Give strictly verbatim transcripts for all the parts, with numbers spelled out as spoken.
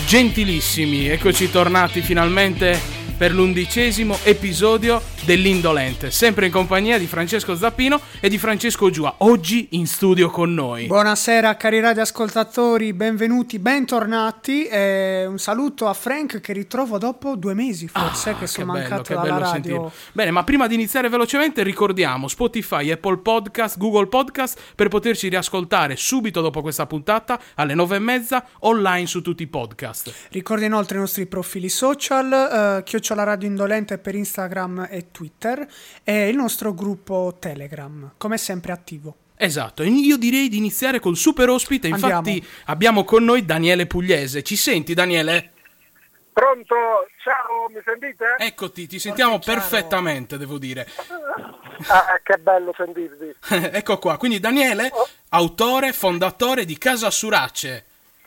Gentilissimi, eccoci tornati finalmente per l'undicesimo episodio dell'Indolente, sempre in compagnia di Francesco Zappino e di Francesco Giua, oggi in studio con noi. Buonasera cari radioascoltatori, benvenuti, bentornati, e un saluto a Frank che ritrovo dopo due mesi forse, ah, che sono che bello, mancato che dalla bello radio. Sentirlo. Bene, ma prima di iniziare velocemente ricordiamo Spotify, Apple Podcast, Google Podcast per poterci riascoltare subito dopo questa puntata alle nove e mezza online su tutti i podcast. Ricordo inoltre i nostri profili social, uh, chiocciola Radio Indolente per Instagram e Twitter, e il nostro gruppo Telegram, come sempre attivo. Esatto, e io direi di iniziare col super ospite. Infatti Andiamo. Abbiamo con noi Daniele Pugliese. Ci senti, Daniele? Pronto? Ciao, mi sentite? Eccoti, ti sentiamo Ciao. perfettamente, devo dire. Ah, che bello sentirvi. Ecco qua, quindi Daniele, Oh. autore, fondatore di Casa Surace.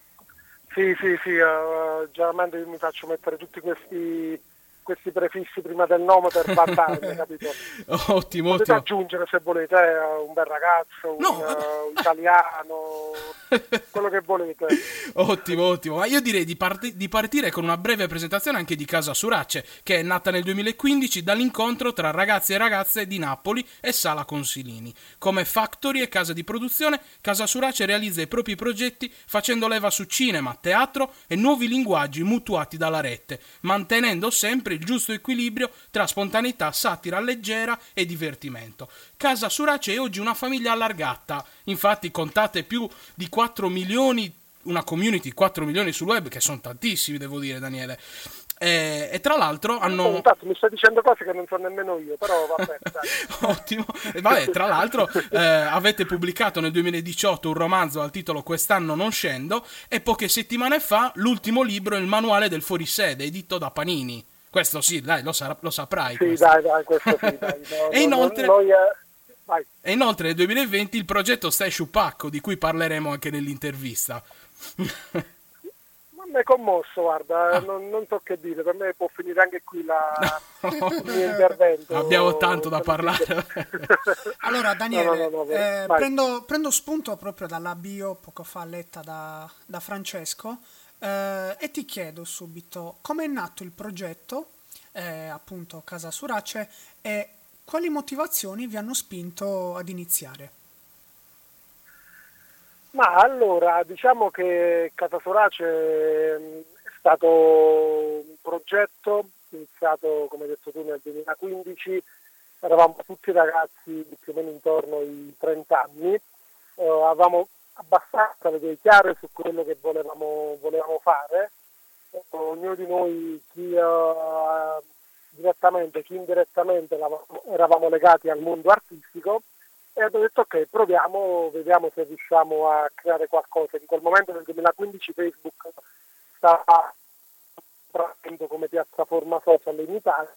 Sì, sì, sì, uh, generalmente io mi faccio mettere tutti questi questi prefissi prima del nome per vantarmi, capito? Ottimo, Potete ottimo. aggiungere se volete, eh, un bel ragazzo, un, No, uh, vabbè. un italiano, quello che volete. Ottimo, ottimo. Ma io direi di, parti- di partire con una breve presentazione anche di Casa Surace, che è nata nel duemilaquindici dall'incontro tra ragazzi e ragazze di Napoli e Sala Consilini. Come factory e casa di produzione, Casa Surace realizza i propri progetti facendo leva su cinema, teatro e nuovi linguaggi mutuati dalla rete, mantenendo sempre il giusto equilibrio tra spontaneità, satira leggera e divertimento. Casa Surace è oggi una famiglia allargata, infatti contate più di quattro milioni, una community di quattro milioni sul web, che sono tantissimi, devo dire, Daniele. E, e tra l'altro hanno... Oh, intanto mi stai dicendo cose che non so nemmeno io, però vabbè, dai. Ottimo. E vabbè, tra l'altro eh, avete pubblicato nel duemiladiciotto un romanzo dal titolo Quest'anno non scendo e poche settimane fa l'ultimo libro, Il manuale del fuorisede, edito da Panini. Questo sì, dai, lo, sa- lo saprai. Sì, questo. dai, dai, questo sì, dai. No, E no, inoltre- no, noi, eh, vai. E inoltre nel duemilaventi il progetto Stai Sciupacco, di cui parleremo anche nell'intervista. Ma mi è commosso, guarda, Ah. non, non so che dire, per me può finire anche qui la, No. il mio intervento. Abbiamo tanto da parlare. Allora Daniele, No, no, no, no, eh, vai. prendo, prendo spunto proprio dalla bio poco fa letta da, da Francesco, eh, e ti chiedo subito come è nato il progetto, eh, appunto Casa Surace, e quali motivazioni vi hanno spinto ad iniziare. Ma allora, diciamo che Casa Surace mh, è stato un progetto iniziato, come hai detto tu, nel duemilaquindici, eravamo tutti ragazzi più o meno intorno ai trenta anni, eh, avevamo abbastanza le idee chiare su quello che volevamo, volevamo fare, eh, ognuno di noi, chi eh, direttamente, chi indirettamente, eravamo- eravamo legati al mondo artistico, e abbiamo detto ok, proviamo, vediamo se riusciamo a creare qualcosa. In quel momento nel duemilaquindici Facebook stava prendendo come piattaforma social in Italia.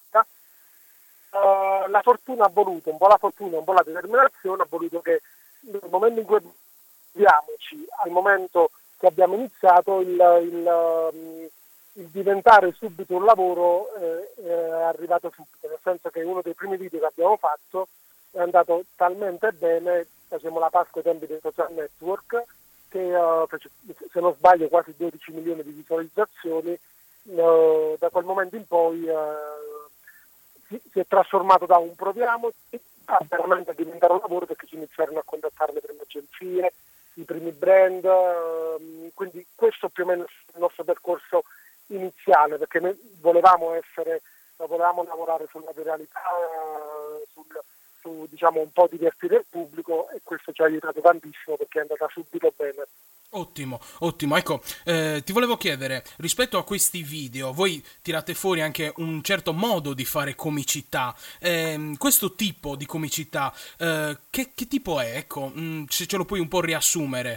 Uh, la fortuna ha voluto, un po' la fortuna, un po' la determinazione, ha voluto che nel momento in cui abbiamoci, al momento che abbiamo iniziato, il, il, um, il diventare subito un lavoro eh, è arrivato subito, nel senso che uno dei primi video che abbiamo fatto è andato talmente bene, facciamo la Pasqua ai tempi dei social network, che uh, fece, se non sbaglio quasi dodici milioni di visualizzazioni. Uh, da quel momento in poi uh, si, si è trasformato da un proviamoci a veramente diventare un lavoro, perché ci iniziarono a contattare le prime agenzie, i primi brand, uh, quindi questo più o meno è il nostro percorso iniziale, perché noi volevamo essere, volevamo lavorare sulla viralità, uh, sul su, diciamo, un po' divertire il pubblico, e questo ci ha aiutato tantissimo perché è andata subito bene. Ottimo, ottimo. Ecco, eh, ti volevo chiedere, rispetto a questi video, voi tirate fuori anche un certo modo di fare comicità. Eh, questo tipo di comicità, eh, che, che tipo è? Ecco, mh, se ce lo puoi un po' riassumere.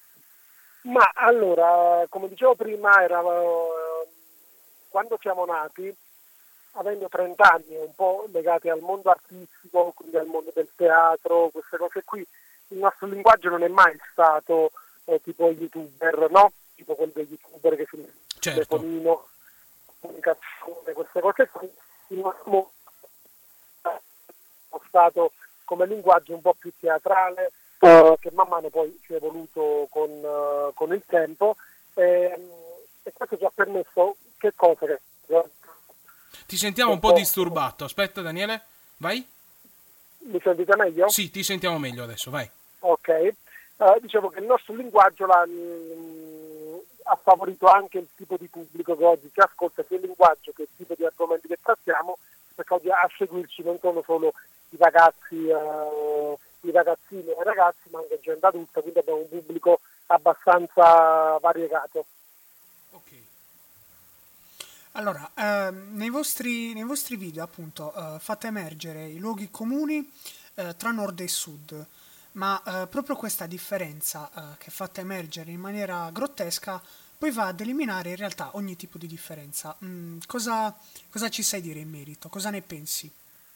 Ma allora, come dicevo prima, era, eh, quando siamo nati, avendo trenta anni, un po' legati al mondo artistico, quindi al mondo del teatro, queste cose qui, il nostro linguaggio non è mai stato eh, tipo youtuber, no? Tipo quelli degli youtuber che si mettono il Certo. telefonino, comunicazione, queste cose qui. Il nostro è stato come linguaggio un po' più teatrale, eh, che man mano poi si è evoluto con, uh, con il tempo. E, e questo ci ha permesso che cosa? Che... Ti sentiamo un po' disturbato. Aspetta, Daniele, vai. Mi sentite meglio? Sì, ti sentiamo meglio adesso, vai. Ok, uh, dicevo che il nostro linguaggio l'ha, mh, ha favorito anche il tipo di pubblico che oggi ci ascolta, sia il linguaggio che il tipo di argomenti che trattiamo, perché oggi a seguirci non sono solo i ragazzi, uh, i ragazzini e i ragazzi, ma anche gente adulta, quindi abbiamo un pubblico abbastanza variegato. Ok. Allora, ehm, nei vostri, nei vostri video appunto eh, fate emergere i luoghi comuni eh, tra nord e sud, ma eh, proprio questa differenza eh, che fate emergere in maniera grottesca poi va ad eliminare in realtà ogni tipo di differenza. Mm, cosa, cosa ci sai dire in merito? Cosa ne pensi?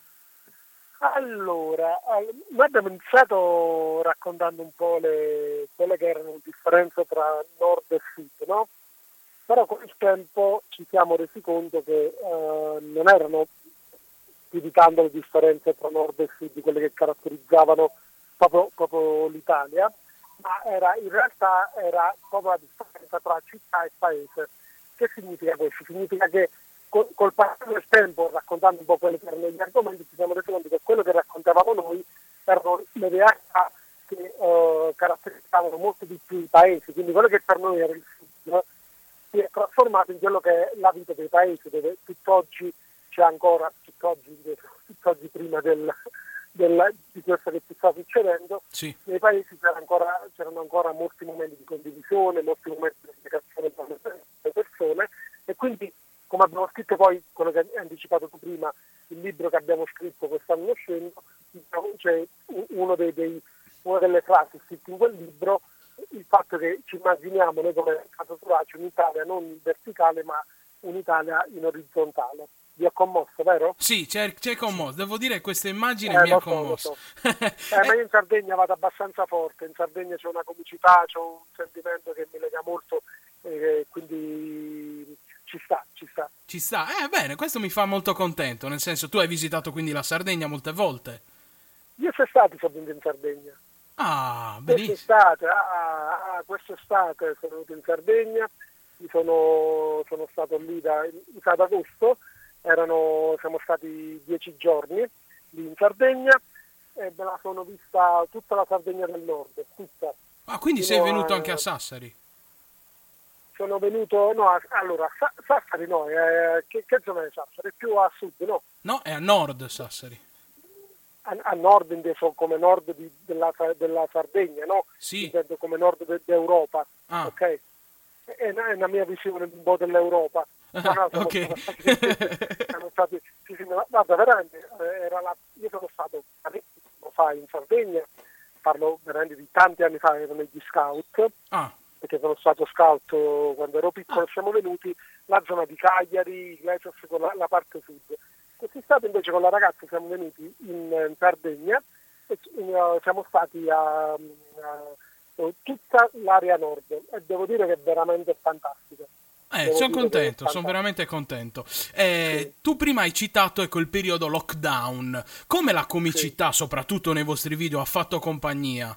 Allora, noi abbiamo iniziato raccontando un po' le, quelle che erano le differenze tra nord e sud, no? Però con il tempo ci siamo resi conto che eh, non erano più di tanto le differenze tra nord e sud, quelle che caratterizzavano proprio, proprio l'Italia, ma era, in realtà era proprio la differenza tra città e paese. Che significa questo? Significa che col, col passare del tempo, raccontando un po' quelli che erano gli argomenti, ci siamo resi conto che quello che raccontavamo noi erano le realtà che eh, caratterizzavano molto di più i paesi, quindi quello che per noi era il sud si è trasformato in quello che è la vita dei paesi, dove tutt'oggi c'è ancora, tutt'oggi, tutt'oggi prima del, del, di questo che ci sta succedendo, sì. Nei paesi c'era ancora, c'erano ancora molti momenti di condivisione, molti momenti di comunicazione tra le persone, e quindi, come abbiamo scritto poi, quello che hai anticipato tu prima, il libro che abbiamo scritto quest'anno uscendo, c'è uno dei, dei, una delle frasi scritte in quel libro, il fatto che ci immaginiamo noi come Casa Surace un'Italia non verticale ma un'Italia in orizzontale. Vi ha commosso, vero? Sì, c'è, c'è commosso. Devo dire che questa immagine Eh, mi ha lo so, commosso. lo so. Eh, ma io in Sardegna vado abbastanza forte, in Sardegna c'è una comicità, c'è un sentimento che mi lega molto, eh, quindi ci sta, ci sta. Ci sta. Eh, bene, questo mi fa molto contento, nel senso, tu hai visitato quindi la Sardegna molte volte. Io quest'estate sono venuto in Sardegna. Ah, benissimo. Quest'estate, ah, ah, quest'estate sono venuto in Sardegna, sono, sono stato lì da, ad agosto, erano, siamo stati dieci giorni lì in Sardegna e me la sono vista tutta la Sardegna del Nord, tutta. Ah, quindi sei venuto a, anche a Sassari? Sono venuto, no, a, allora, a Sassari no, eh, che, che zona è Sassari? È più a sud, no? No, è a nord Sassari. A, a nord inteso come nord di, della, della Sardegna, no? Sì. Intendo come nord de, d'Europa, ah. ok? È, è una mia visione un po' dell'Europa. Ah, no, no, ok. Siamo stati, sì, sì, ma, guarda, veramente, era la, io sono stato parecchio fa in Sardegna, parlo veramente di tanti anni fa, ero negli scout, ah. perché sono stato scout quando ero piccolo, ah. siamo venuti la zona di Cagliari, Iglesias, con la, la parte sud. Quest'estate invece con la ragazza siamo venuti in, in Sardegna e uh, siamo stati a, a, a tutta l'area nord e devo dire che è veramente fantastica. Eh, sono contento, sono veramente contento. Eh, sì. Tu prima hai citato ecco, il periodo lockdown. Come la comicità, sì. soprattutto nei vostri video, ha fatto compagnia?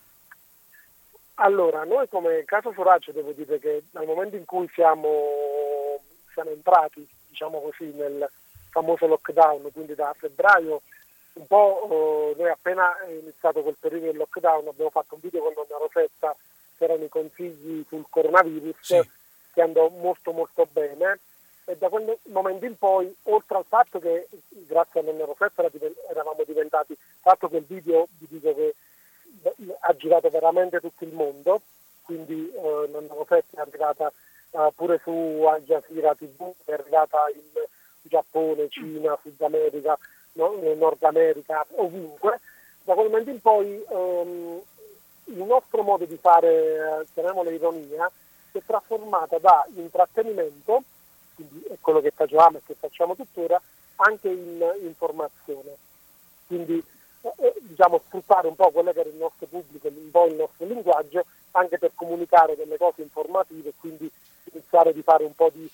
Allora, noi come Casa Surace devo dire che dal momento in cui siamo, siamo entrati, diciamo così, nel famoso lockdown, quindi da febbraio, un po' eh, noi appena è iniziato quel periodo del lockdown abbiamo fatto un video con Donna Rosetta, che erano i consigli sul coronavirus, sì. che andò molto molto bene, e da quel momento in poi, oltre al fatto che grazie a Donna Rosetta eravamo diventati, il fatto che il video vi dico che ha girato veramente tutto il mondo, quindi eh, Donna Rosetta è arrivata eh, pure su Al Jazeera tivù, è arrivata in Giappone, Cina, Sud America, no, Nord America, ovunque. Da quel momento in poi ehm, il nostro modo di fare, eh, chiamiamola ironia, si è trasformata da intrattenimento, quindi è quello che facevamo e che facciamo tuttora, anche in informazione. Quindi eh, diciamo sfruttare un po' quello che era il nostro pubblico, un po' il nostro linguaggio, anche per comunicare delle cose informative e quindi iniziare di fare un po' di,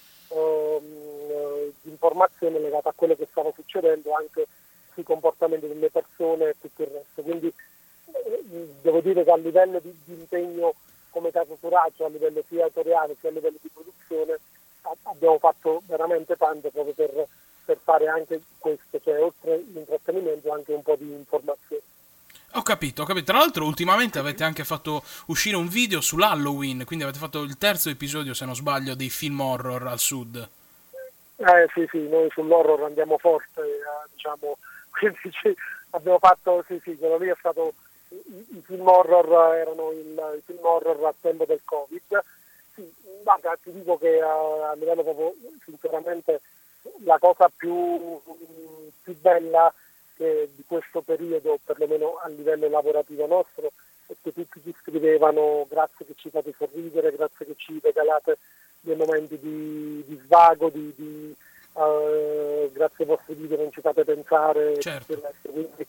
ehm, di informazione legata a quello che stava succedendo anche sui comportamenti delle persone e tutto il resto. Quindi eh, devo dire che a livello di, di impegno come Casa Surace, a livello sia autoriale sia a livello di produzione, abbiamo fatto veramente tanto proprio per, per fare anche questo, cioè oltre l'intrattenimento anche un po' di informazione. Ho capito, ho capito. Tra l'altro ultimamente avete anche fatto uscire un video sull'Halloween, quindi avete fatto il terzo episodio, se non sbaglio, dei film horror al sud. Eh sì, sì, noi sull'horror andiamo forte, eh, diciamo, quindi sì, abbiamo fatto, sì, sì, quello lì è stato, i, i film horror erano il, i film horror a tempo del Covid. Sì, guarda, ti dico che a, a livello proprio, sinceramente, la cosa più, più bella che di questo periodo, perlomeno a livello lavorativo nostro, è che tutti ci scrivevano grazie che ci fate sorridere, grazie che ci regalate dei momenti di, di svago, di, di uh, grazie ai vostri video non ci fate pensare, Certo. quindi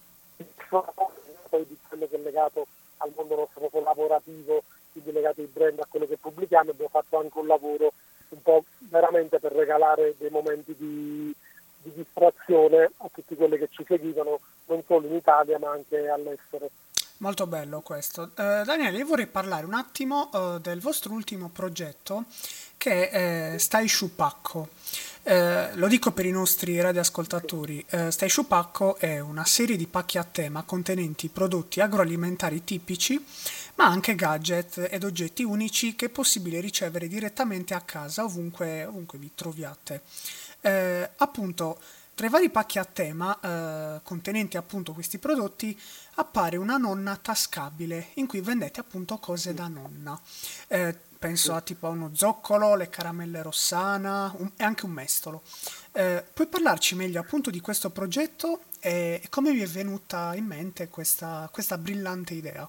poi di quello che è legato al mondo nostro proprio lavorativo, quindi legato ai brand, a quello che pubblichiamo, abbiamo fatto anche un lavoro un po' veramente per regalare dei momenti di, di distrazione a tutti quelli che ci seguivano, non solo in Italia ma anche all'estero. Molto bello questo. Eh, Daniele, io vorrei parlare un attimo eh, del vostro ultimo progetto che è eh, Stai Sciupacco. Eh, lo dico per i nostri radioascoltatori. Eh, Stai Sciupacco è una serie di pacchi a tema contenenti prodotti agroalimentari tipici, ma anche gadget ed oggetti unici che è possibile ricevere direttamente a casa ovunque, ovunque vi troviate. Eh, appunto, tra i vari pacchi a tema eh, contenenti appunto questi prodotti appare una nonna tascabile in cui vendete appunto cose da nonna. Eh, penso a tipo a uno zoccolo, le caramelle Rossana un- e anche un mestolo. Eh, puoi parlarci meglio appunto di questo progetto e, e come vi è venuta in mente questa, questa brillante idea?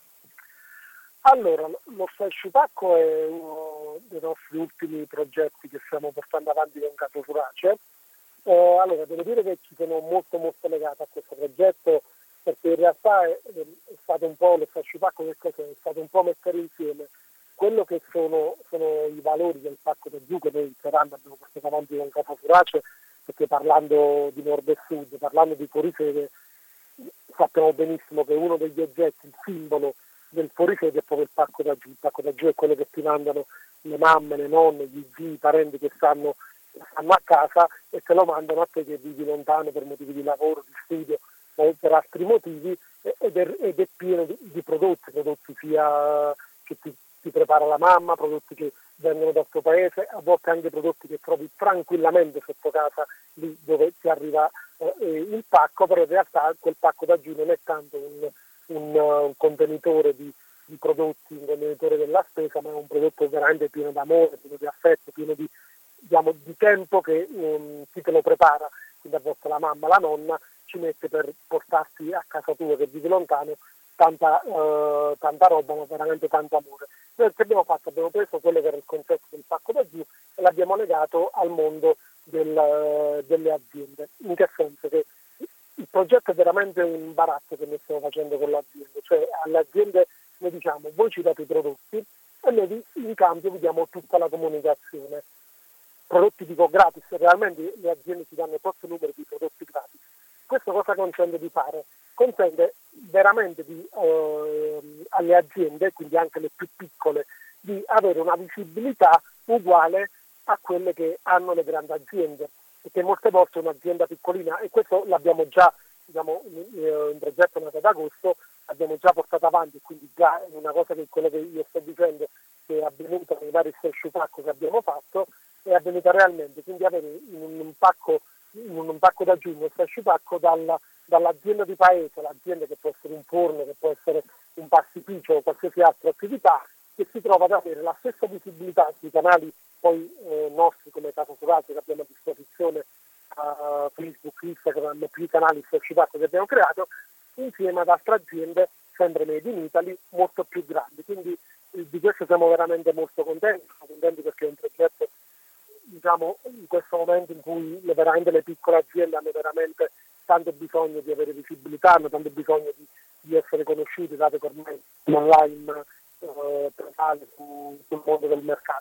Allora, lo Stai Sciupacco è uno dei nostri ultimi progetti che stiamo portando avanti con Caso Surace. Eh, allora, devo dire che ci sono molto molto legato a questo progetto perché in realtà è, è stato un po' lo Stai Sciupacco, che cos'è? È stato un po' mettere insieme quello che sono, sono i valori del pacco da giù che noi in Serranda abbiamo portato avanti con Caso Surace, perché parlando di nord e sud, parlando di fuorisede, sappiamo benissimo che uno degli oggetti, il simbolo del fuorisede è proprio il pacco da giù. Il pacco da giù è quello che ti mandano le mamme, le nonne, gli zii, i parenti che stanno, stanno a casa e te lo mandano a te che vivi lontano per motivi di lavoro, di studio o per altri motivi, ed è, ed è pieno di, di prodotti, prodotti sia che ti, ti prepara la mamma, prodotti che vengono dal tuo paese, a volte anche prodotti che trovi tranquillamente sotto casa lì dove ti arriva eh, il pacco, però in realtà quel pacco da giù non è tanto un, un, un contenitore di, di prodotti, un contenitore della spesa, ma è un prodotto veramente pieno d'amore, pieno di affetto, pieno di, diciamo, di tempo che um, chi te lo prepara, quindi a volte la mamma, la nonna, ci mette per portarti a casa tua che vivi lontano tanta, uh, tanta roba, ma veramente tanto amore. Noi che abbiamo fatto? Abbiamo preso quello che era il concetto del pacco da giù e l'abbiamo legato al mondo del, delle aziende. In che senso? Che il progetto è veramente un baratto che noi stiamo facendo con l'azienda, cioè alle aziende noi diciamo voi ci date i prodotti e noi in cambio vi diamo tutta la comunicazione. Prodotti dico gratis, realmente le aziende ci danno tot numeri di prodotti gratis. Questo cosa consente di fare? Consente veramente di, eh, alle aziende, quindi anche le più piccole, di avere una visibilità uguale a quelle che hanno le grandi aziende, perché molte volte un'azienda piccolina, e questo l'abbiamo già, diciamo, un progetto nato ad agosto, l'abbiamo già portato avanti, quindi già è una cosa che quello che io sto dicendo che è avvenuta nei vari sciupacco che abbiamo fatto, è avvenuta realmente, quindi avere in un pacco, in un pacco da giugno un sciupacco dalla, dall'azienda di paese, l'azienda che può essere un forno, che può essere un pastificio o qualsiasi altra attività, che si trova ad avere la stessa visibilità sui canali poi eh, nostri come Casa Surace che abbiamo a disposizione, a Facebook, Instagram, più i canali sciupacco che abbiamo creato, insieme ad altre aziende sempre made in Italy molto più grandi. Quindi eh, di questo siamo veramente molto contenti, siamo contenti perché è un progetto, diciamo, in questo momento in cui le, veramente le piccole aziende hanno veramente tanto bisogno di avere visibilità, hanno tanto bisogno di, di essere conosciute, dato che ormai online eh, totale su, sul mondo del mercato.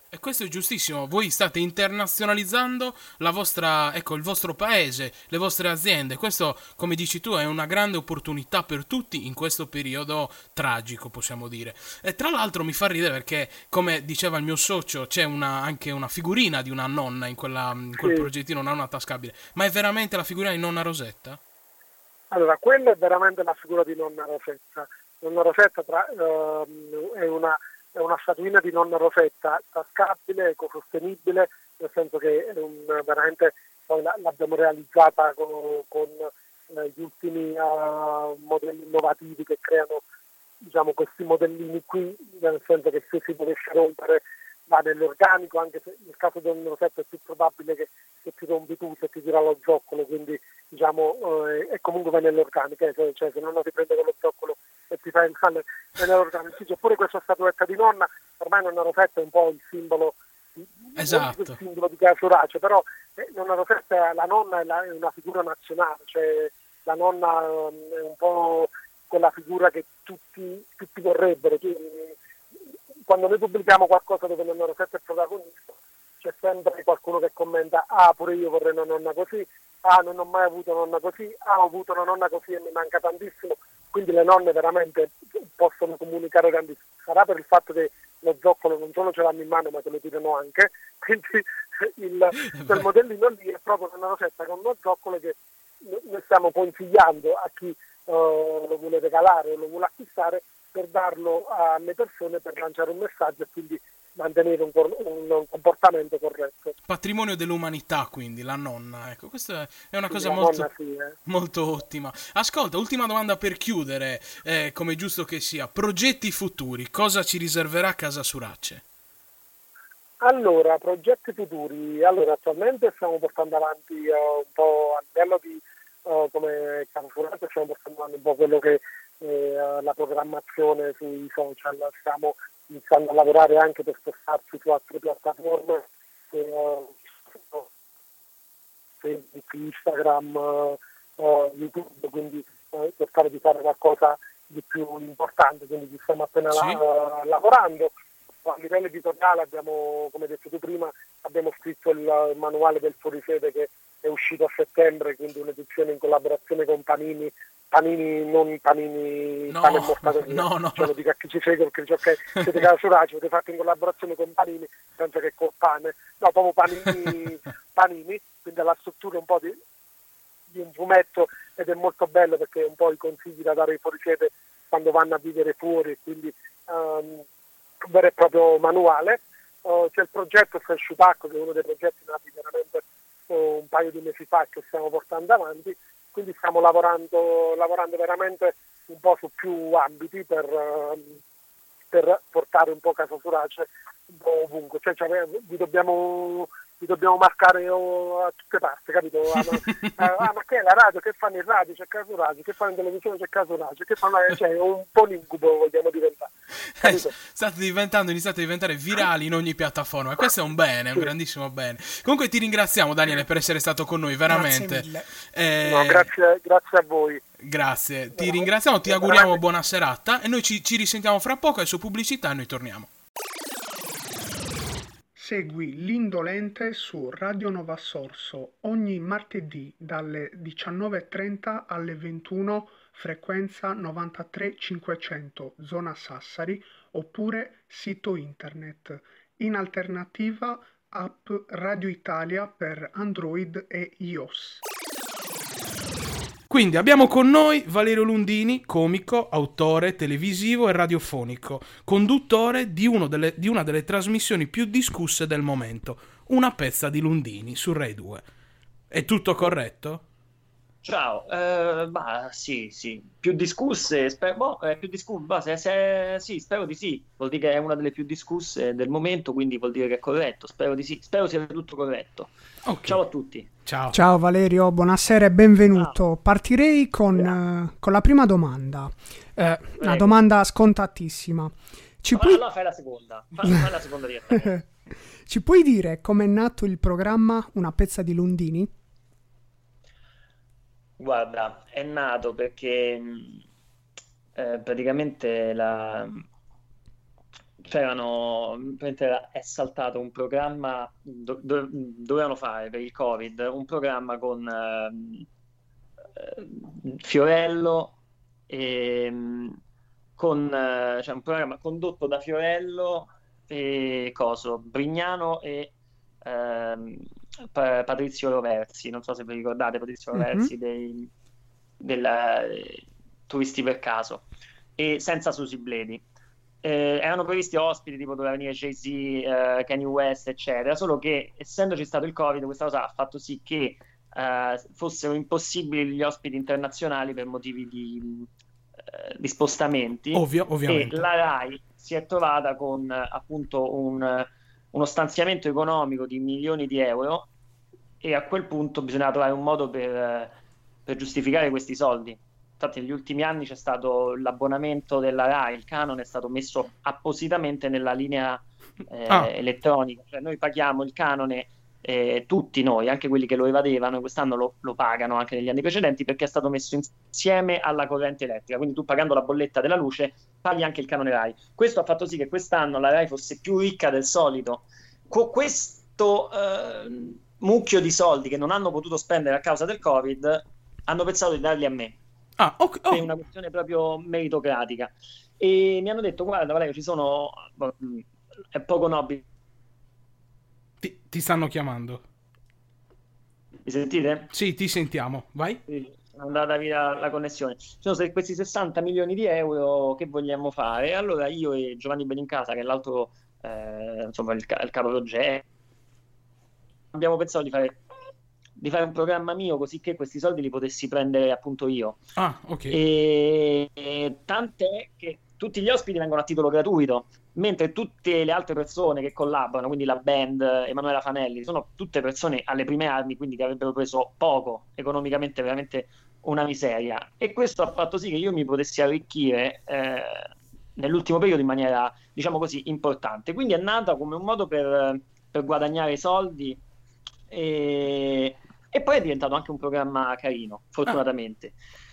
E questo è giustissimo, voi state internazionalizzando la vostra, ecco, il vostro paese, le vostre aziende. Questo, come dici tu, è una grande opportunità per tutti in questo periodo tragico, possiamo dire. E tra l'altro mi fa ridere perché, come diceva il mio socio, c'è una, anche una figurina di una nonna in, quella, in quel Sì. progettino, non una tascabile. Ma è veramente la figurina di nonna Rosetta? Allora, quella è veramente la figura di nonna Rosetta. Nonna Rosetta tra, ehm, è una è una statuina di nonna Rosetta tascabile, ecosostenibile, nel senso che è un, veramente poi l'abbiamo realizzata con, con eh, gli ultimi uh, modelli innovativi che creano, diciamo, questi modellini qui, nel senso che se si dovesse rompere va nell'organico, anche se nel caso di nonna Rosetta è più probabile che se ti rompi tu, se ti tira lo zoccolo, quindi diciamo eh, e comunque va nell'organico, eh, cioè, cioè se non ti prende con lo zoccolo e ti fai il male nell'organico. C'è pure questa statuetta di nonna, ormai nonna Rosetta è un po' il simbolo, Esatto. il simbolo di Casa Surace, però eh, nonna Rosetta, la nonna è, la, è una figura nazionale, cioè la nonna um, è un po' quella figura che tutti, tutti vorrebbero. Quando noi pubblichiamo qualcosa dove nonna Rosetta è protagonista, c'è sempre qualcuno che commenta: ah, pure io vorrei una nonna così, ah, non ho mai avuto una nonna così, ah, ho avuto una nonna così e mi manca tantissimo. Quindi le nonne veramente possono comunicare tantissimo. Sarà per il fatto che lo zoccolo non solo ce l'hanno in mano ma te lo tirano anche, quindi il, quel modellino lì è proprio una rosetta con uno zoccolo che noi stiamo consigliando a chi uh, lo vuole regalare o lo vuole acquistare, per darlo alle persone, per lanciare un messaggio e quindi mantenere un, un comportamento corretto. Patrimonio dell'umanità, quindi, la nonna, ecco, questa è una Sì, cosa la molto, nonna sì, eh. molto ottima. Ascolta, ultima domanda per chiudere, eh, come è giusto che sia. Progetti futuri, cosa ci riserverà Casa Surace? Allora, progetti futuri. Allora, attualmente stiamo portando avanti uh, un po' a livello di, uh, come Casa Surace, stiamo portando avanti un po' quello che è uh, la programmazione sui social. Stiamo iniziando a lavorare anche per spostarci su altre piattaforme, uh, Facebook, Instagram, uh, uh, YouTube, quindi uh, cercare di fare qualcosa di più importante, quindi ci stiamo appena Sì. la, uh, lavorando. A livello editoriale abbiamo, come detto tu prima, abbiamo scritto il, il manuale del fuorisede che è uscito a settembre, quindi un'edizione in collaborazione con Panini, Panini non Panini No, pane e mortadella, no, no. ce lo dico a chi ci segue perché dice ok, siete Casa Surace, avete fatto in collaborazione con Panini, penso che col pane, no, proprio Panini, Panini, quindi la struttura un po' di, di un fumetto, ed è molto bello perché è un po' i consigli da dare ai fuorisede quando vanno a vivere fuori, e quindi um, un vero e proprio manuale. Uh, c'è il progetto Fresh Pack, che è uno dei progetti nati veramente uh, un paio di mesi fa, che stiamo portando avanti, quindi stiamo lavorando, lavorando veramente un po' su più ambiti per, uh, per portare un po' Casa Surace un po' ovunque, cioè, cioè vi dobbiamo vi dobbiamo marcare oh, a tutte parti, capito? Ah, ma, ah, ma che è la radio? Che fanno in radio? C'è Casa Surace, che fanno in televisione? C'è Casa Surace, che fanno, cioè, un po' un incubo vogliamo diventare, capito? State diventando, iniziate a diventare virali in ogni piattaforma. E questo è un bene, è un grandissimo bene. Comunque ti ringraziamo, Daniele, per essere stato con noi, veramente. Grazie mille. Eh, No, grazie, grazie a voi. Grazie, ti ringraziamo, ti auguriamo buona serata e noi ci, ci risentiamo fra poco, adesso pubblicità e noi torniamo. Segui l'Indolente su Radio Nova Sorso ogni martedì dalle diciannove e trenta alle ventuno, frequenza novantatré cinquecento, zona Sassari, oppure sito internet. In alternativa app Radio Italia per Android e iOS. Quindi abbiamo con noi Valerio Lundini, comico, autore televisivo e radiofonico, conduttore di, uno delle, di una delle trasmissioni più discusse del momento, Una pezza di Lundini su Rai due. È tutto corretto? Ciao, eh, bah, sì, sì, più discusse, spero, boh, eh, più discusse, bah, se, se, sì, spero di sì, vuol dire che è una delle più discusse del momento, quindi vuol dire che è corretto, spero di sì, spero sia tutto corretto. Okay. Ciao a tutti. Ciao. Ciao Valerio, buonasera e benvenuto. Partirei con, uh, con la prima domanda, eh, una domanda scontatissima. Ci Ma puoi... allora fai la seconda, fai, fai la seconda direttamente. Ci puoi dire com'è nato il programma Una pezza di Lundini? Guarda, è nato perché mh, eh, praticamente la... c'erano, è saltato un programma, do, do, dovevano fare per il Covid un programma con eh, Fiorello e con eh, cioè un programma condotto da Fiorello e Coso, Brignano e ehm, Pa- Patrizio Roversi, non so se vi ricordate Patrizio Roversi Mhm. dei della, eh, Turisti per caso, e senza Susy Bledi. Eh, erano previsti ospiti tipo doveva venire Jay-Z, eh, Kanye West eccetera, solo che essendoci stato il Covid questa cosa ha fatto sì che eh, fossero impossibili gli ospiti internazionali per motivi di, eh, di spostamenti, Ovvio, e ovviamente. la Rai si è trovata con eh, appunto un, uno stanziamento economico di milioni di euro, e a quel punto bisognava trovare un modo per, eh, per giustificare questi soldi. Infatti negli ultimi anni c'è stato l'abbonamento della Rai, il canone è stato messo appositamente nella linea Ah, eh, elettronica, cioè noi paghiamo il canone, eh, tutti noi, anche quelli che lo evadevano, quest'anno lo, lo pagano anche negli anni precedenti perché è stato messo insieme alla corrente elettrica, quindi tu pagando la bolletta della luce paghi anche il canone Rai. Questo ha fatto sì che quest'anno la Rai fosse più ricca del solito. Con questo eh, mucchio di soldi che non hanno potuto spendere a causa del Covid, hanno pensato di darli a me ah, ok, per oh, una questione proprio meritocratica, e mi hanno detto guarda Valerio, ci sono, è poco nobile, ti, ti stanno chiamando. mi sentite? Sì, ti sentiamo, vai. Sì, è andata via la connessione. Ci sono stati questi sessanta milioni di euro, che vogliamo fare? Allora io e Giovanni Benincasa, che è l'altro eh, insomma il, il capo progetto, abbiamo pensato di fare di fare un programma mio così che questi soldi li potessi prendere appunto io. Ah, ok. E, e tant'è che tutti gli ospiti vengono a titolo gratuito, mentre tutte le altre persone che collaborano, quindi la band, Emanuela Fanelli, sono tutte persone alle prime armi, quindi che avrebbero preso poco, economicamente veramente una miseria. E questo ha fatto sì che io mi potessi arricchire eh, nell'ultimo periodo in maniera, diciamo così, importante. Quindi è nata come un modo per, per guadagnare soldi, e, e poi è diventato anche un programma carino, Ah, fortunatamente.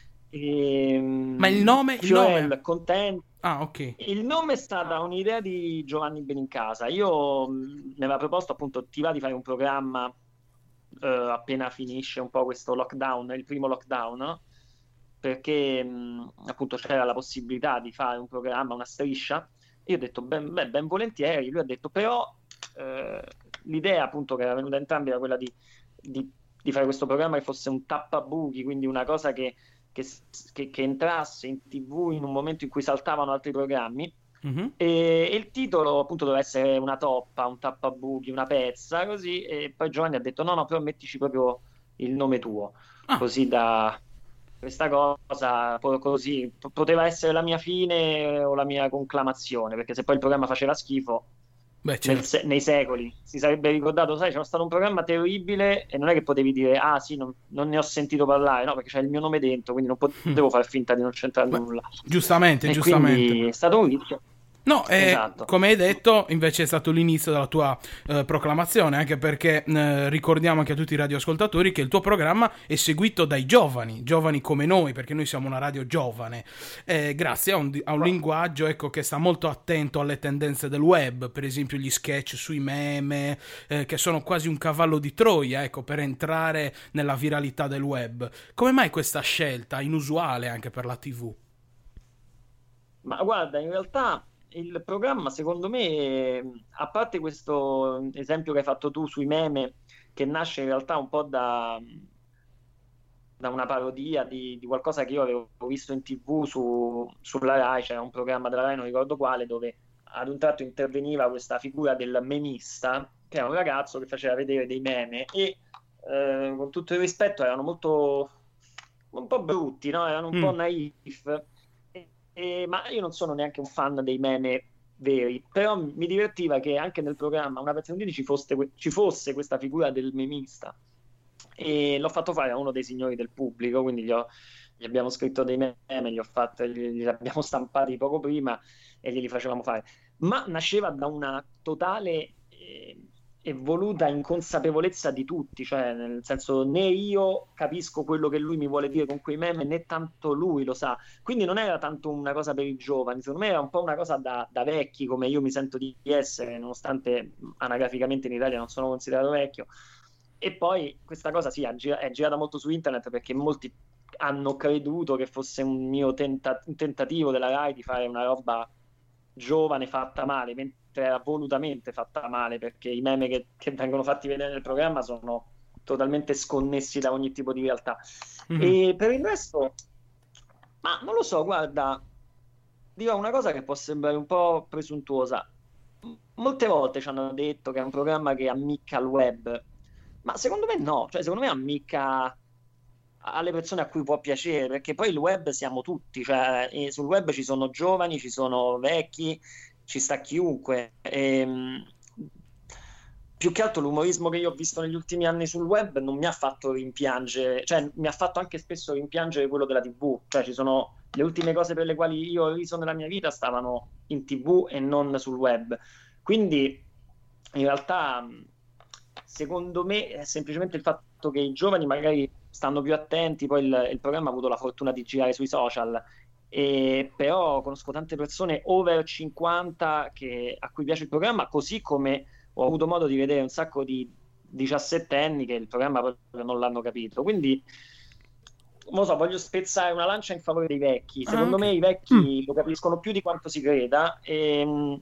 ma il Ehm, nome, il nome... Fiorel contento. Ah, ok. Il nome è stata un'idea di Giovanni Benincasa. Io mh, mi aveva proposto appunto ti va di fare un programma eh, appena finisce un po' questo lockdown, il primo lockdown, no? Perché mh, appunto c'era la possibilità di fare un programma, una striscia. Io ho detto ben, beh, ben volentieri. Lui ha detto però eh, l'idea appunto che era venuta a entrambi era quella di, di- di fare questo programma che fosse un tappabuchi, quindi una cosa che, che, che- che entrasse in T V in un momento in cui saltavano altri programmi. Mhm. E, e il titolo appunto doveva essere una toppa, un tappabuchi, una pezza, così. E poi Giovanni ha detto no, no, però mettici proprio il nome tuo, Ah, così da questa cosa, po- così p- poteva essere la mia fine o la mia conclamazione, perché se poi il programma faceva schifo beh, nel certo. se- nei secoli si sarebbe ricordato, sai, c'era stato un programma terribile e non è che potevi dire ah sì, non, non ne ho sentito parlare, no, perché c'è il mio nome dentro, quindi non Hm. potevo far finta di non c'entrare Beh, nulla. giustamente, E giustamente. quindi è stato un rischio. No, e Esatto. come hai detto, invece è stato l'inizio della tua eh, proclamazione, anche perché eh, ricordiamo anche a tutti i radioascoltatori che il tuo programma è seguito dai giovani, giovani come noi, perché noi siamo una radio giovane, eh, grazie a un, di- a un linguaggio ecco, che sta molto attento alle tendenze del web, per esempio gli sketch sui meme, eh, che sono quasi un cavallo di Troia, ecco, per entrare nella viralità del web. Come mai questa scelta, inusuale anche per la T V? Ma guarda, in realtà il programma, secondo me, a parte questo esempio che hai fatto tu sui meme, che nasce in realtà un po' da, da una parodia di, di qualcosa che io avevo visto in T V su, sulla Rai, c'era un programma della Rai, non ricordo quale, dove ad un tratto interveniva questa figura del memista, che era un ragazzo che faceva vedere dei meme e eh, con tutto il rispetto erano molto un po' brutti, no? Erano un po' Mm. naif. E- e- ma io non sono neanche un fan dei meme veri, però mi divertiva che anche nel programma Una pezza di Undine ci fosse, que- ci fosse questa figura del memista, e l'ho fatto fare a uno dei signori del pubblico, quindi gli, ho- gli abbiamo scritto dei meme, gli ho fatto, li, li abbiamo stampati poco prima e glieli facevamo fare. Ma nasceva da una totale eh, e voluta inconsapevolezza di tutti, cioè nel senso né io capisco quello che lui mi vuole dire con quei meme, né tanto lui lo sa. Quindi non era tanto una cosa per i giovani, secondo me era un po' una cosa da, da vecchi, come io mi sento di essere, nonostante anagraficamente in Italia non sono considerato vecchio. E poi questa cosa sì, è girata molto su internet perché molti hanno creduto che fosse un mio tenta- un tentativo della Rai di fare una roba giovane fatta male, mentre era volutamente fatta male, perché i meme che, che vengono fatti vedere nel programma sono totalmente sconnessi da ogni tipo di realtà. Mm-hmm. E per il resto, ma non lo so, guarda, dirò una cosa che può sembrare un po' presuntuosa. Molte volte ci hanno detto che è un programma che ammicca al web, ma secondo me no, cioè secondo me ammicca alle persone a cui può piacere, perché poi il web siamo tutti, cioè sul web ci sono giovani, ci sono vecchi, ci sta chiunque. E, più che altro l'umorismo che io ho visto negli ultimi anni sul web non mi ha fatto rimpiangere, cioè mi ha fatto anche spesso rimpiangere quello della tivù, cioè ci sono le ultime cose per le quali io ho riso nella mia vita stavano in tivù e non sul web, quindi in realtà secondo me è semplicemente il fatto che i giovani magari stanno più attenti, poi il, il programma ha avuto la fortuna di girare sui social, e però conosco tante persone over cinquanta che, a cui piace il programma, così come ho avuto modo di vedere un sacco di diciassettenni che il programma proprio non l'hanno capito, quindi non lo so, voglio spezzare una lancia in favore dei vecchi, secondo ah, okay. me i vecchi mm. lo capiscono più di quanto si creda, e,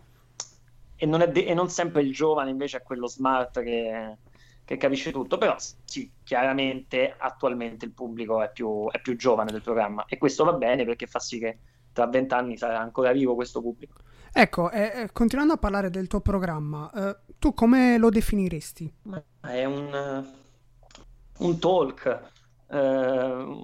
e, non è de- e non sempre il giovane invece è quello smart che, che capisce tutto, però sì, chiaramente attualmente il pubblico è più, è più giovane del programma, e questo va bene perché fa sì che tra vent'anni sarà ancora vivo questo pubblico. Ecco, eh, continuando a parlare del tuo programma, eh, tu come lo definiresti? È un, un talk, eh,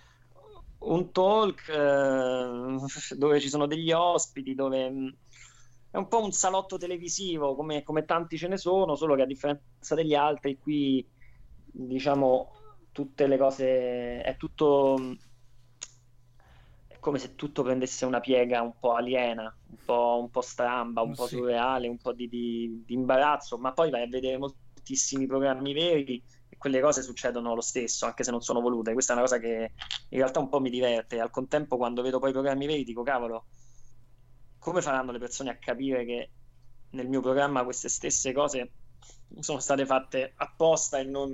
un talk eh, dove ci sono degli ospiti, dove è un po' un salotto televisivo, come, come tanti ce ne sono, solo che a differenza degli altri qui, diciamo, tutte le cose, è tutto... come se tutto prendesse una piega un po' aliena, un po', un po' stramba, un oh, po' sì. surreale, un po' di, di, di imbarazzo, ma poi vai a vedere moltissimi programmi veri e quelle cose succedono lo stesso, anche se non sono volute. Questa è una cosa che in realtà un po' mi diverte. Al contempo, quando vedo poi i programmi veri, dico, cavolo, come faranno le persone a capire che nel mio programma queste stesse cose sono state fatte apposta e non,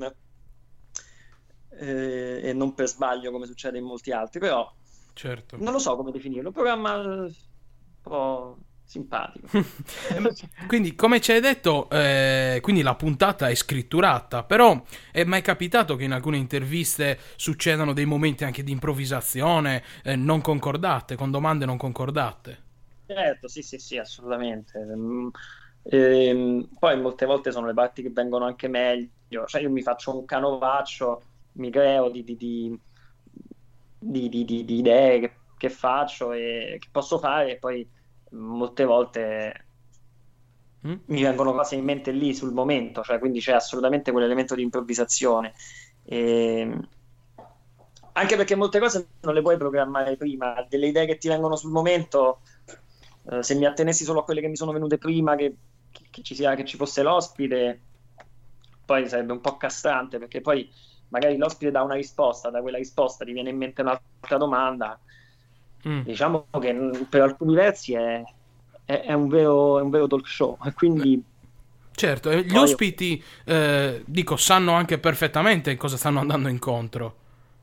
eh, e non per sbaglio, come succede in molti altri, però certo. Non lo so come definirlo, un programma un po' simpatico. Quindi, come ci hai detto, eh, quindi la puntata è scritturata, però è mai capitato che in alcune interviste succedano dei momenti anche di improvvisazione eh, non concordate, con domande non concordate? Certo, sì, sì, sì, assolutamente. E, poi molte volte sono le parti che vengono anche meglio, cioè io mi faccio un canovaccio, mi creo di... di, di... Di, di, di, di idee che, che faccio e che posso fare, e poi molte volte mm? mi vengono cose in mente lì sul momento, cioè quindi c'è assolutamente quell'elemento di improvvisazione, e... anche perché molte cose non le puoi programmare prima, delle idee che ti vengono sul momento, eh, se mi attenessi solo a quelle che mi sono venute prima che, che, ci sia, che ci fosse l'ospite, poi sarebbe un po' castrante, perché poi magari l'ospite dà una risposta, da quella risposta ti viene in mente un'altra domanda. Mm. Diciamo che per alcuni versi è, è, è, un, vero, è un vero talk show, quindi certo, gli poi... ospiti eh, dico sanno anche perfettamente in cosa stanno andando incontro.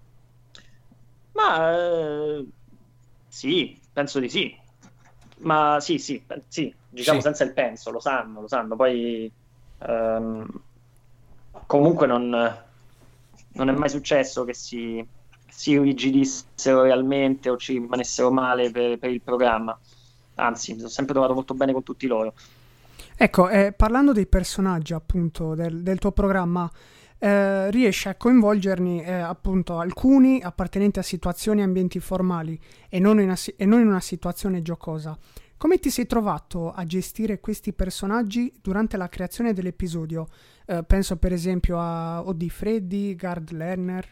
Ma eh, sì, penso di sì, ma sì, sì, sì diciamo sì. Senza il penso, lo sanno, lo sanno, poi ehm, comunque non non è mai successo che si, si rigidissero realmente o ci rimanessero male per, per il programma, anzi mi sono sempre trovato molto bene con tutti loro. Ecco, eh, parlando dei personaggi appunto del, del tuo programma, eh, riesci a coinvolgerni eh, appunto alcuni appartenenti a situazioni e ambienti formali e non, in una, e non in una situazione giocosa. Come ti sei trovato a gestire questi personaggi durante la creazione dell'episodio? Eh, penso per esempio a O D. Freddy, Gard Lerner.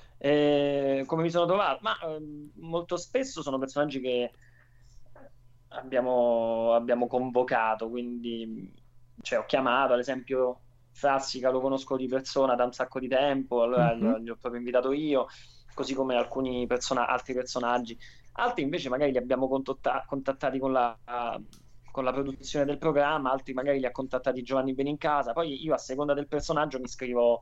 Eh, come mi sono trovato? Ma eh, molto spesso sono personaggi che abbiamo, abbiamo convocato, quindi cioè, ho chiamato, ad esempio, Frassica lo conosco di persona da un sacco di tempo, allora gli Mhm. ho, gli ho proprio invitato io, così come alcuni persona- altri personaggi. Altri invece magari li abbiamo contatta- contattati con la, con la produzione del programma, altri magari li ha contattati Giovanni Benincasa. Poi io a seconda del personaggio mi scrivo,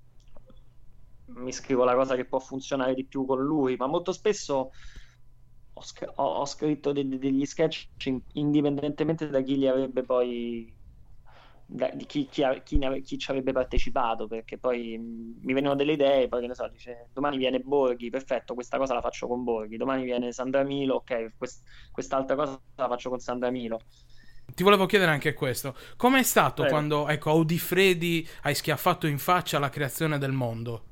mi scrivo la cosa che può funzionare di più con lui, ma molto spesso ho, sc- ho- ho scritto de- de- degli sketch in- indipendentemente da chi li avrebbe poi, da- di chi, chi, a- chi ne ave- chi ci avrebbe partecipato, perché poi mh, mi venivano delle idee, poi che ne so, dice, domani viene Borghi, perfetto, questa cosa la faccio con Borghi, domani viene Sandra Milo, ok, quest- quest'altra cosa la faccio con Sandra Milo. Ti volevo chiedere anche questo. Com'è stato Prego. quando, ecco, a Audifredi hai schiaffato in faccia la creazione del mondo?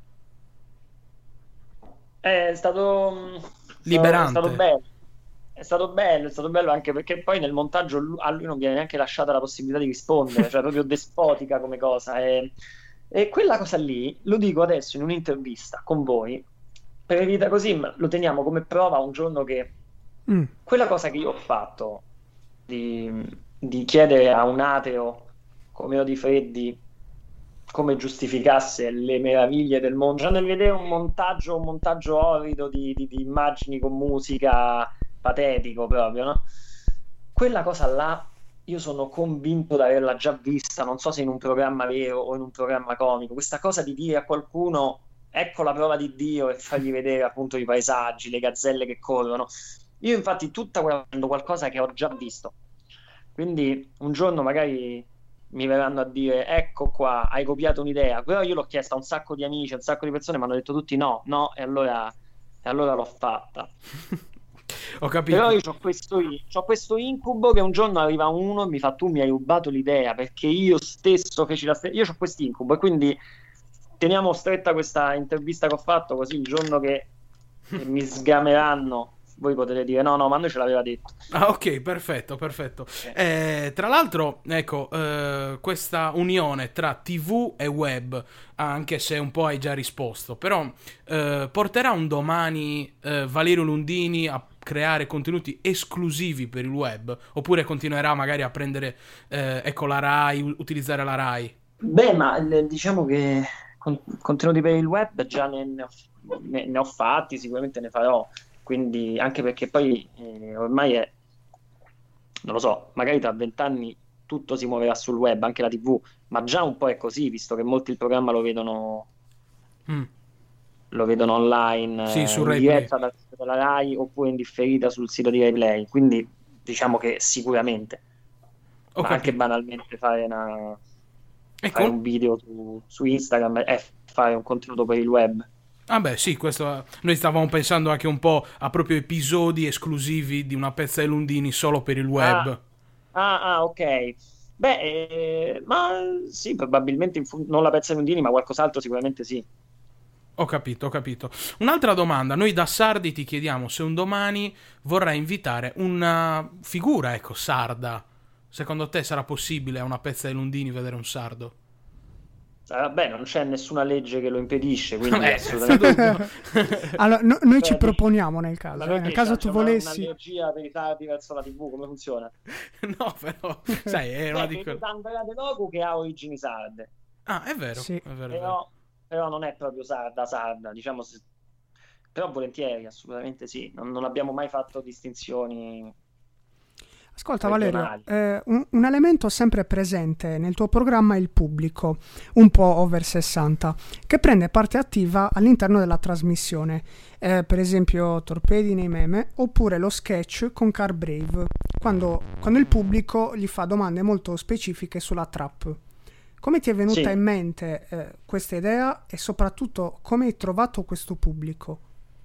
È stato, mh, stato, è stato Liberante. bello. È stato bello, è stato bello anche perché poi nel montaggio lu- a lui non viene neanche lasciata la possibilità di rispondere, cioè proprio despotica come cosa. E, e quella cosa lì, lo dico adesso in un'intervista con voi, per evitare così, ma lo teniamo come prova un giorno che Mm. quella cosa che io ho fatto di, di chiedere a un ateo come Odi Freddi come giustificasse le meraviglie del mondo, già nel vedere un montaggio, un montaggio orrido di, di- di immagini con musica patetico proprio, no? Quella cosa là, io sono convinto di averla già vista, non so se in un programma vero o in un programma comico, questa cosa di dire a qualcuno ecco la prova di Dio e fargli vedere appunto i paesaggi, le gazzelle che corrono. Io infatti tutta guardando qualcosa che ho già visto. Quindi un giorno magari mi verranno a dire ecco qua, hai copiato un'idea, però io l'ho chiesta a un sacco di amici, a un sacco di persone, mi hanno detto tutti no, no, e allora, e allora l'ho fatta. Ho Però capito. io ho questo, c'ho questo incubo che un giorno arriva uno e mi fa tu mi hai rubato l'idea perché io stesso feci la stessa, io ho questo incubo e quindi teniamo stretta questa intervista che ho fatto così il giorno che, che mi sgameranno voi potete dire no no ma noi ce l'aveva detto. Ah, ok, perfetto, perfetto. Eh, tra l'altro, ecco, eh, questa unione tra T V e web, anche se un po' hai già risposto, però eh, porterà un domani eh, Valerio Lundini a creare contenuti esclusivi per il web, oppure continuerà magari a prendere, eh, ecco, la Rai, u- utilizzare la Rai? Beh, ma eh, diciamo che con- contenuti per il web già ne, ne ho, ne- ne ho fatti, sicuramente ne farò, quindi anche perché poi eh, ormai è, non lo so, magari tra vent'anni tutto si muoverà sul web, anche la T V, ma già un po' è così, visto che molti il programma lo vedono, Mm, lo vedono sì, online, su eh, in Rai Play. diretta dal sito della Rai oppure in differita sul sito di Rai Play, quindi diciamo che sicuramente, Ho ma anche capito. banalmente fare una fare Ecco. un video su, su Instagram e fare un contenuto per il web. Ah beh, sì, questo noi stavamo pensando anche un po' a proprio episodi esclusivi di una pezza ai Lundini solo per il Ah, web. ah, ah, ok. Beh, eh, ma sì, probabilmente in fu- non la pezza Lundini, ma qualcos'altro sicuramente sì. Ho capito, ho capito. Un'altra domanda, noi da sardi ti chiediamo se un domani vorrai invitare una figura, ecco, sarda. Secondo te sarà possibile a una pezza ai Lundini vedere un sardo? Ah, Vabbè, non c'è nessuna legge che lo impedisce, quindi Vabbè, senza assolutamente. dubbio. Allora, no- noi ci Cioè, dici- proponiamo nel ma caso, eh, nel perché caso c'è, tu c'è una, volessi. un'allergia per i tardi verso la T V? Come funziona? No, però, sai, è una Beh, di vedo quelle... Andrea De Logu che ha origini sarde. Ah, è vero, Sì. è vero, è vero. però, però non è proprio sarda sarda, diciamo, se- però volentieri, assolutamente sì, non, non abbiamo mai fatto distinzioni Ascolta Valerio, regionali. eh, un, un elemento sempre presente nel tuo programma è il pubblico, un po' over sessanta, che prende parte attiva all'interno della trasmissione, eh, per esempio Torpedi nei meme, oppure lo sketch con Car Brave, quando, quando il pubblico gli fa domande molto specifiche sulla trap. Come ti è venuta Sì. in mente eh, questa idea e soprattutto come hai trovato questo pubblico?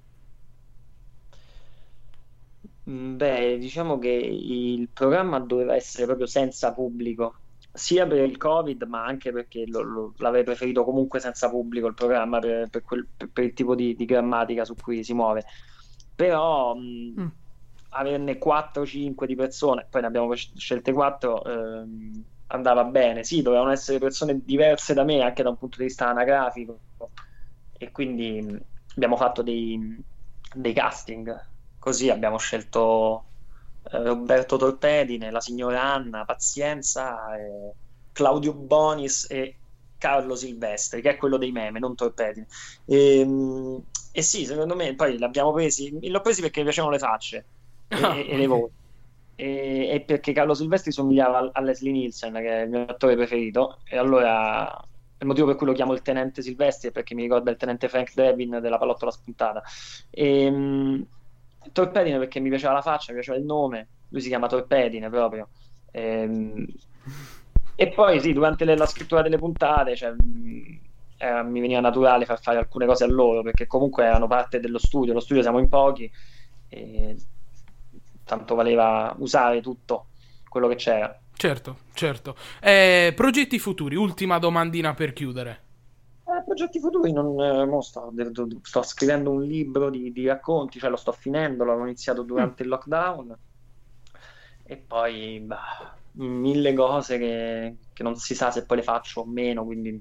Mm, Beh, diciamo che il programma doveva essere proprio senza pubblico, sia per il Covid, ma anche perché lo- lo- l'avrei preferito comunque senza pubblico il programma per, per quel- per- per il tipo di, di grammatica su cui si muove. Però mh, Mm. averne quattro cinque di persone, poi ne abbiamo scelte quattro, ehm, andava bene. Sì, dovevano essere persone diverse da me anche da un punto di vista anagrafico e quindi mh, abbiamo fatto dei, dei casting, così abbiamo scelto eh, Roberto Torpedine, la signora Anna Pazienza, eh, Claudio Bonis e Carlo Silvestri, che è quello dei meme, non Torpedine. E, e sì, secondo me poi l'abbiamo presi, l'ho presi perché mi piacevano le facce e, Ah, e le voci. E, e perché Carlo Silvestri somigliava a, a Leslie Nielsen, che è il mio attore preferito, e allora il motivo per cui lo chiamo il tenente Silvestri è perché mi ricorda il tenente Frank Drebin della pallottola spuntata. E, um, Torpedine perché mi piaceva la faccia, mi piaceva il nome, lui si chiama Torpedine proprio. E, e poi sì, durante le- la scrittura delle puntate, cioè, mh, eh, mi veniva naturale far fare alcune cose a loro, perché comunque erano parte dello studio, lo studio siamo in pochi, e tanto valeva usare tutto quello che c'era. certo, certo. Eh, progetti futuri, ultima domandina per chiudere. Eh, progetti futuri non eh, mo sto, de- de- sto scrivendo un libro di, di racconti, cioè lo sto finendo, l'ho iniziato durante il lockdown e poi bah, mille cose che, che non si sa se poi le faccio o meno, quindi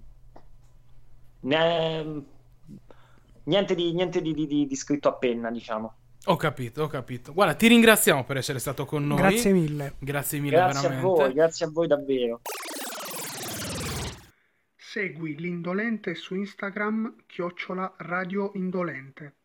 ne- niente di, niente di, di- di- di scritto a penna, diciamo. Ho capito, ho capito. Guarda, ti ringraziamo per essere stato con noi. Grazie mille. Grazie mille, Grazie a veramente. voi, grazie a voi davvero. Segui l'Indolente su Instagram, chiocciola Radio Indolente.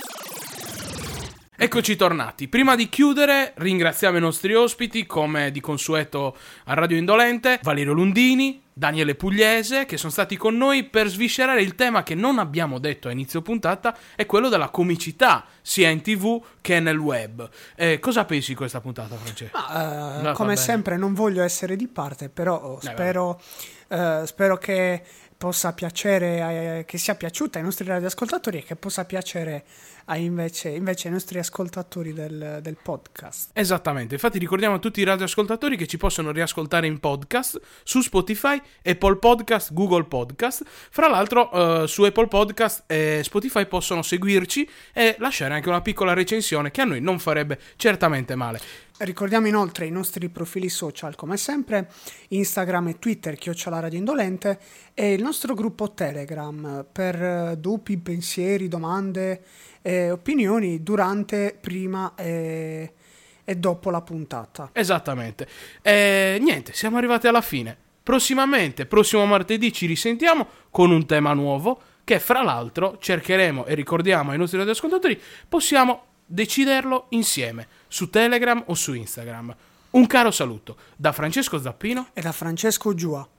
Eccoci tornati. Prima di chiudere, ringraziamo i nostri ospiti, come di consueto a Radio Indolente, Valerio Lundini, Daniele Pugliese, che sono stati con noi per sviscerare il tema che non abbiamo detto a inizio puntata, è quello della comicità, sia in tv che nel web. Eh, cosa pensi di questa puntata, Francesco? Ma, eh, No, come va bene. sempre non voglio essere di parte, però spero, eh, spero che possa piacere, eh, che sia piaciuta ai nostri radioascoltatori e che possa piacere a invece, invece ai nostri ascoltatori del, del podcast. Esattamente, infatti ricordiamo a tutti i radioascoltatori che ci possono riascoltare in podcast su Spotify, Apple Podcast, Google Podcast. Fra l'altro eh, su Apple Podcast e Spotify possono seguirci e lasciare anche una piccola recensione che a noi non farebbe certamente male. Ricordiamo inoltre i nostri profili social, come sempre, Instagram e Twitter, chiocciola Radio Indolente, e il nostro gruppo Telegram per eh, dubbi, pensieri, domande e opinioni durante, prima e, e dopo la puntata. Esattamente. E niente, siamo arrivati alla fine. Prossimamente, prossimo martedì, ci risentiamo con un tema nuovo che fra l'altro cercheremo, e ricordiamo ai nostri radioascoltatori, possiamo deciderlo insieme su Telegram o su Instagram. Un caro saluto da Francesco Zappino E da Francesco Giua.